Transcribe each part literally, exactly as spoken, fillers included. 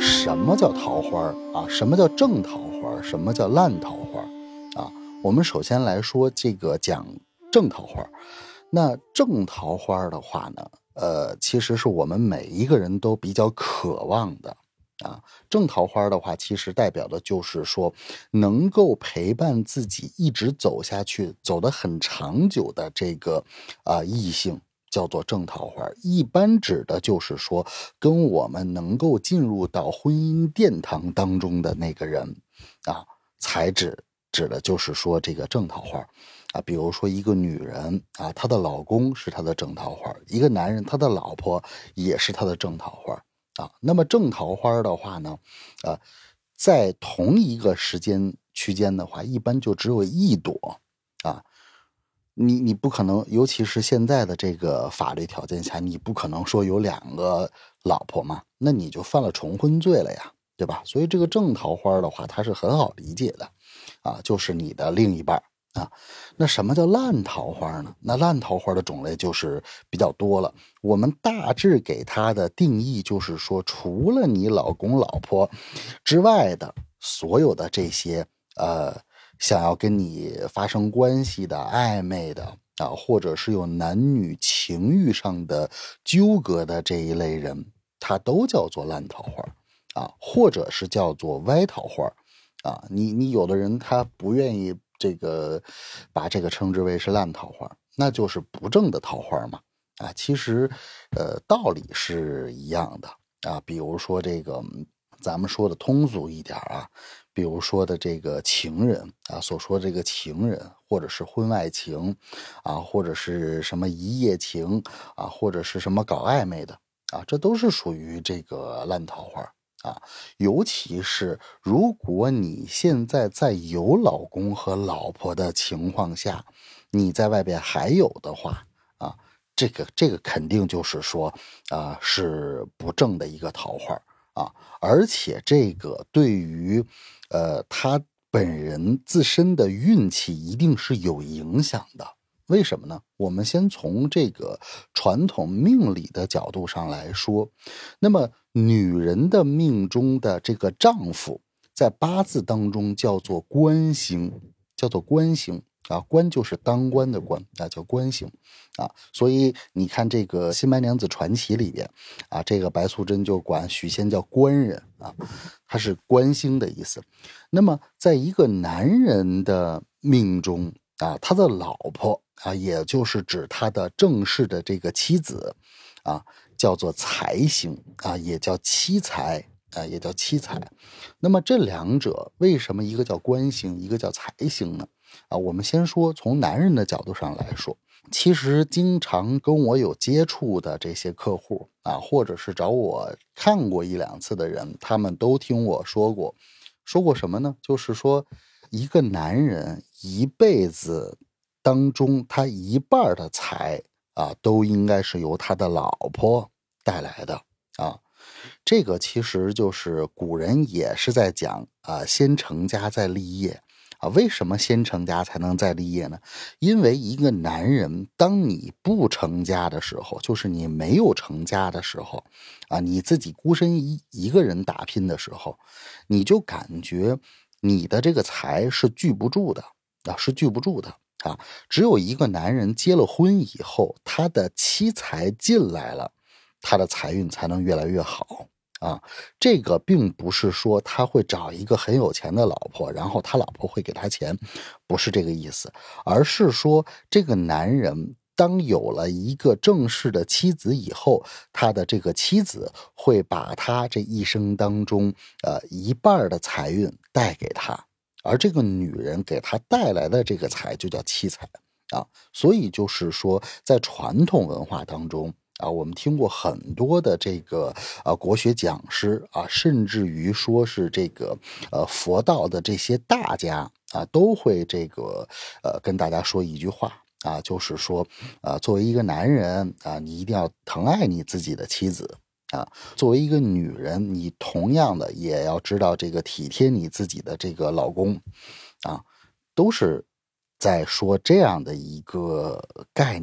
什么叫桃花啊？什么叫正桃花？什么叫烂桃花啊？我们首先来说这个讲正桃花。那正桃花的话呢，呃，其实是我们每一个人都比较渴望的啊。正桃花的话，其实代表的就是说，能够陪伴自己一直走下去，走得很长久的这个啊、呃、异性。叫做正桃花，一般指的就是说跟我们能够进入到婚姻殿堂当中的那个人啊，才指指的就是说这个正桃花啊。比如说一个女人啊，她的老公是她的正桃花，一个男人他的老婆也是他的正桃花啊。那么正桃花的话呢，啊，在同一个时间区间的话，一般就只有一朵啊。你你不可能，尤其是现在的这个法律条件下，你不可能说有两个老婆嘛，那你就犯了重婚罪了呀，对吧？所以这个正桃花的话，它是很好理解的，啊，就是你的另一半啊。那什么叫烂桃花呢？那烂桃花的种类就是比较多了。我们大致给它的定义就是说，除了你老公老婆之外的所有的这些呃。想要跟你发生关系的暧昧的啊，或者是有男女情欲上的纠葛的这一类人，他都叫做烂桃花啊，或者是叫做歪桃花啊。你你有的人他不愿意这个把这个称之为是烂桃花，那就是不正的桃花嘛啊。其实呃道理是一样的啊。比如说这个咱们说的通俗一点啊。比如说的这个情人啊，所说这个情人，或者是婚外情啊，或者是什么一夜情啊，或者是什么搞暧昧的啊，这都是属于这个烂桃花啊。尤其是如果你现在在有老公和老婆的情况下，你在外边还有的话啊，这个这个肯定就是说啊，是不正的一个桃花啊，而且这个对于呃，他本人自身的运气一定是有影响的。为什么呢？我们先从这个传统命理的角度上来说，那么女人的命中的这个丈夫，在八字当中叫做官星，叫做官星啊，官就是当官的官啊，叫官星啊。所以你看这个《新白娘子传奇》里边啊，这个白素贞就管许仙叫官人啊，他是官星的意思。那么在一个男人的命中啊，他的老婆啊，也就是指他的正式的这个妻子啊，叫做财星啊，也叫妻财啊，也叫妻财。那么这两者为什么一个叫官星，一个叫财星呢？啊，我们先说从男人的角度上来说，其实经常跟我有接触的这些客户啊，或者是找我看过一两次的人，他们都听我说过，说过什么呢？就是说，一个男人一辈子当中，他一半的财啊，都应该是由他的老婆带来的啊。这个其实就是古人也是在讲啊，先成家再立业。啊，为什么先成家才能再立业呢？因为一个男人，当你不成家的时候，就是你没有成家的时候，啊，你自己孤身一一个人打拼的时候，你就感觉你的这个财是聚不住的啊，是聚不住的啊。只有一个男人结了婚以后，他的妻财进来了，他的财运才能越来越好。啊，这个并不是说他会找一个很有钱的老婆，然后他老婆会给他钱，不是这个意思，而是说这个男人当有了一个正式的妻子以后，他的这个妻子会把他这一生当中呃一半的财运带给他，而这个女人给他带来的这个财就叫妻财啊。所以就是说在传统文化当中啊，我们听过很多的这个啊国学讲师啊，甚至于说是这个呃佛道的这些大家啊，都会这个呃跟大家说一句话啊，就是说啊，作为一个男人啊，你一定要疼爱你自己的妻子啊，作为一个女人，你同样的也要知道这个体贴你自己的这个老公啊，都是在说这样的一个概念。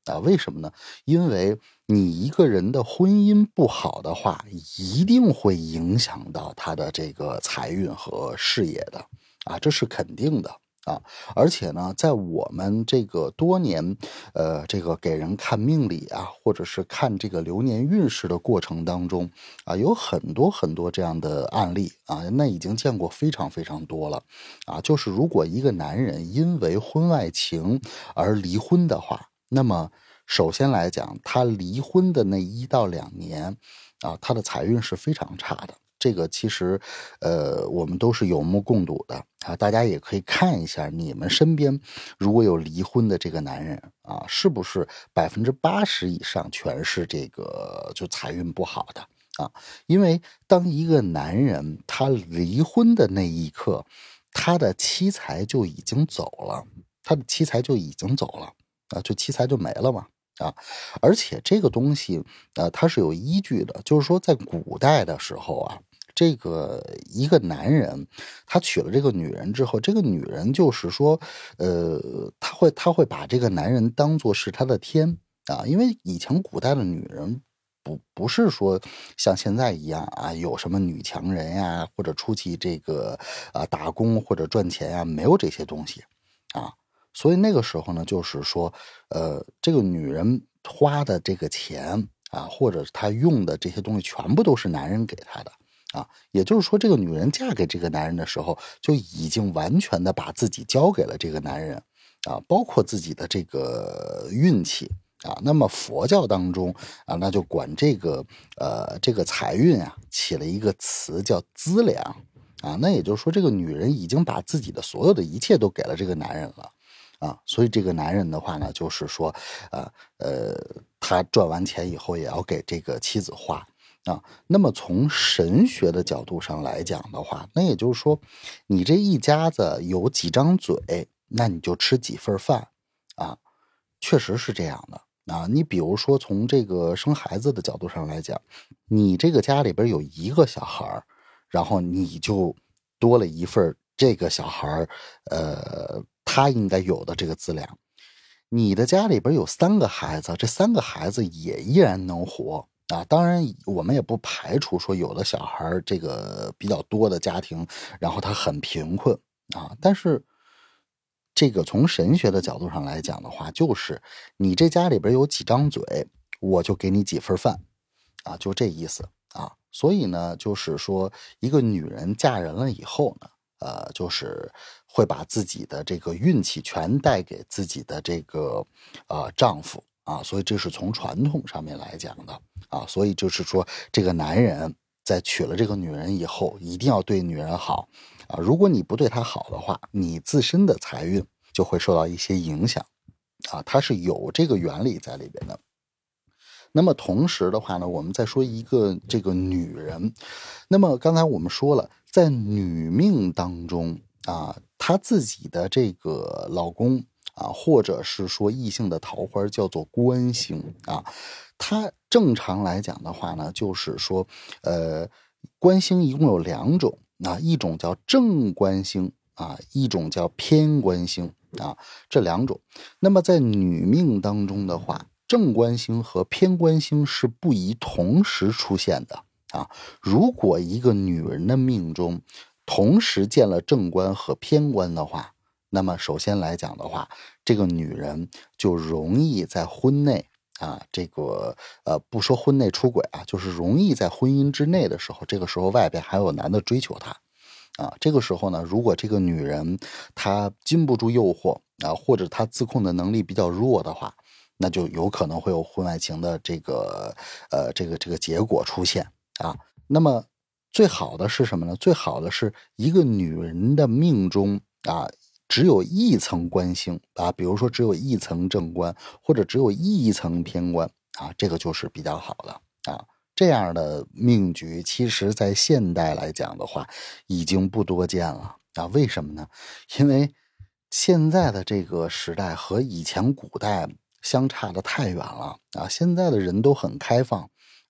啊。为什么呢？因为你一个人的婚姻不好的话，一定会影响到他的这个财运和事业的啊，这是肯定的。啊，而且呢，在我们这个多年，呃，这个给人看命理啊，或者是看这个流年运势的过程当中，啊，有很多很多这样的案例啊，那已经见过非常非常多了，啊，就是如果一个男人因为婚外情而离婚的话，那么首先来讲，他离婚的那一到两年，啊，他的财运是非常差的。这个其实，呃，我们都是有目共睹的啊。大家也可以看一下，你们身边如果有离婚的这个男人啊，是不是百分之八十以上全是这个就财运不好的啊？因为当一个男人他离婚的那一刻，他的妻财就已经走了，他的妻财就已经走了啊，就妻财就没了嘛。啊，而且这个东西，呃，它是有依据的，就是说在古代的时候啊。这个一个男人，他娶了这个女人之后，这个女人就是说，呃，他会他会把这个男人当作是他的天啊，因为以前古代的女人不不是说像现在一样啊，有什么女强人呀，或者出去这个啊打工或者赚钱呀，没有这些东西啊，所以那个时候呢，就是说，呃，这个女人花的这个钱啊，或者她用的这些东西，全部都是男人给她的。啊，也就是说，这个女人嫁给这个男人的时候，就已经完全的把自己交给了这个男人，啊，包括自己的这个运气啊。那么佛教当中啊，那就管这个呃这个财运啊起了一个词叫资粮啊。那也就是说，这个女人已经把自己的所有的一切都给了这个男人了。啊，所以这个男人的话呢，就是说，呃呃，他赚完钱以后也要给这个妻子花。啊，那么从神学的角度上来讲的话，那也就是说，你这一家子有几张嘴，那你就吃几份饭，啊，确实是这样的啊。你比如说从这个生孩子的角度上来讲，你这个家里边有一个小孩，然后你就多了一份这个小孩，呃，他应该有的这个资粮。你的家里边有三个孩子，这三个孩子也依然能活。啊，当然，我们也不排除说有的小孩这个比较多的家庭，然后他很贫困啊。但是，这个从神学的角度上来讲的话，就是你这家里边有几张嘴，我就给你几份饭，啊，就这意思啊。所以呢，就是说一个女人嫁人了以后呢，呃，就是会把自己的这个运气全带给自己的这个呃丈夫。啊，所以这是从传统上面来讲的啊，所以就是说，这个男人在娶了这个女人以后，一定要对女人好啊。如果你不对她好的话，你自身的财运就会受到一些影响啊，它是有这个原理在里边的。那么同时的话呢，我们再说一个这个女人，那么刚才我们说了，在女命当中啊，她自己的这个老公。啊，或者是说异性的桃花叫做官星啊，它正常来讲的话呢，就是说，呃，官星一共有两种啊，一种叫正官星啊，一种叫偏官星啊，这两种。那么在女命当中的话，正官星和偏官星是不宜同时出现的啊。如果一个女人的命中同时见了正官和偏官的话，那么首先来讲的话，这个女人就容易在婚内啊，这个呃不说婚内出轨啊，就是容易在婚姻之内的时候，这个时候外边还有男的追求她啊。这个时候呢，如果这个女人她经不住诱惑啊，或者她自控的能力比较弱的话，那就有可能会有婚外情的这个呃这个这个结果出现啊。那么最好的是什么呢？最好的是一个女人的命中啊。只有一层官星啊，比如说只有一层正官，或者只有一层偏官啊，这个就是比较好的啊。这样的命局，其实在现代来讲的话，已经不多见了啊。为什么呢？因为现在的这个时代和以前古代相差的太远了啊。现在的人都很开放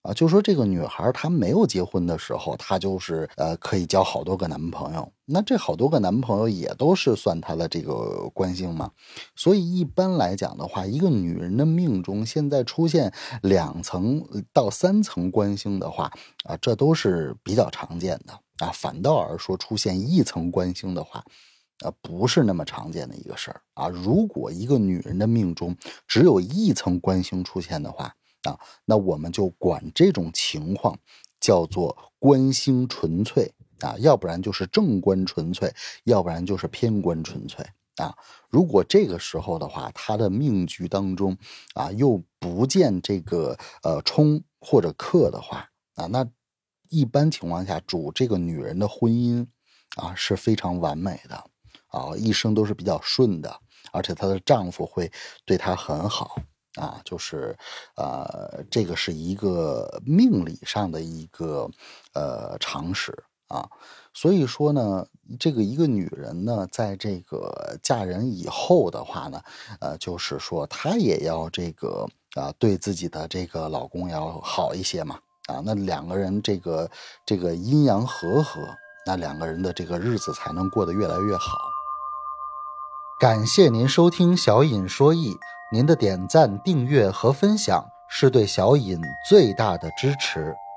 啊，就说这个女孩她没有结婚的时候，她就是呃可以交好多个男朋友，那这好多个男朋友也都是算她的这个官星嘛。所以一般来讲的话，一个女人的命中现在出现两层到三层官星的话啊，这都是比较常见的啊。反倒而说出现一层官星的话，啊，不是那么常见的一个事儿啊。如果一个女人的命中只有一层官星出现的话啊，那我们就管这种情况叫做官星纯粹啊，要不然就是正官纯粹，要不然就是偏官纯粹啊。如果这个时候的话，她的命局当中啊又不见这个呃冲或者克的话啊，那一般情况下主这个女人的婚姻啊是非常完美的啊，一生都是比较顺的，而且她的丈夫会对她很好啊，就是呃，这个是一个命理上的一个呃常识啊。所以说呢，这个一个女人呢，在这个嫁人以后的话呢，呃，就是说她也要这个啊，对自己的这个老公要好一些嘛啊，那两个人这个这个阴阳和合，那两个人的这个日子才能过得越来越好。感谢您收听小尹说艺，您的点赞、订阅和分享是对小尹最大的支持。